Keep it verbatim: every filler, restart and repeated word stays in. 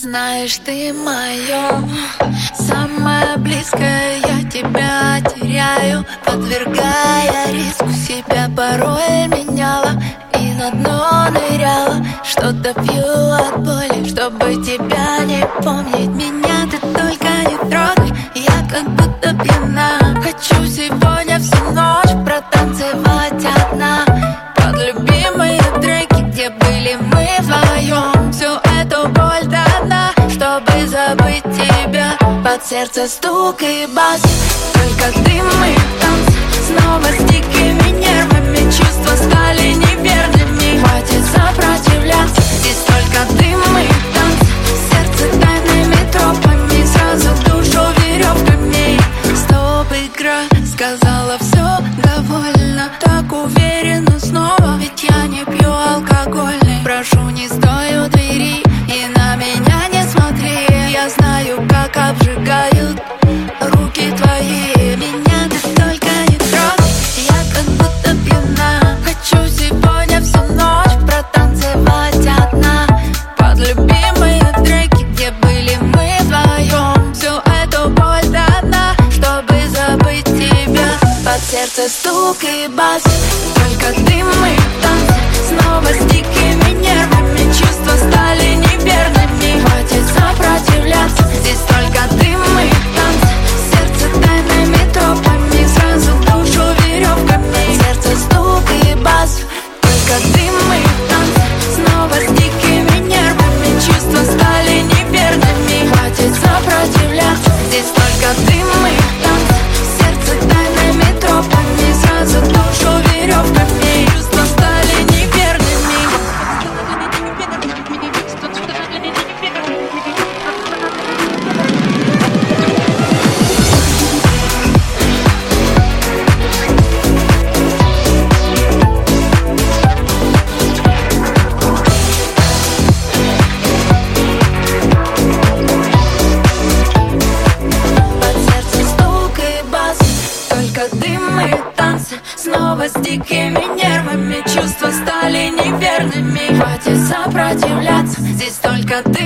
Знаешь, ты мое самое близкое, я тебя теряю, подвергая риску себя. Порой меняла и на дно ныряла, что-то пью от боли, чтобы тебя не помнить. Меня ты только не трогай, я как будто пьяна. Хочу сегодня всю ночь протанцевать одна под любимые треки, где были мы вдвоем. Всю эту боль до дна, чтобы забыть тебя. Под сердце стук и бас, только дым и танцы. Снова с дикими нервами, чувства стали неверными. Хватит сопротивляться, здесь только дым и танцы. Сердце тайными тропами, сразу душу веревками. Стоп, игра, сказала все, довольно. Так уверенно снова, ведь я не пью алкогольный. Прошу, не стой у двери и на меня не смотри. Я знаю, как обжигают руки твои. Меня ты только не трогай, я как будто пьяна. Хочу сегодня всю ночь протанцевать одна под любимые треки, где были мы вдвоем. Всю эту боль до дна, чтобы забыть тебя. Под сердце стук и бас, только дым и танцы. Снова с дикими нервами, чувства стали неверными. Хватит сопротивляться, здесь только дым и танцы. Сердце тайными тропами, сразу душу веревками. Сердце стук и бас, только дым и танцы. Снова с дикими нервами, чувства стали неверными. Хватит сопротивляться, здесь только дым и танцы. Сердце тайными тропами, сразу душу веревками. Чувства стали неверными. Дым и танцы, снова с дикими нервами, чувства стали неверными. Хватит сопротивляться, здесь только ты.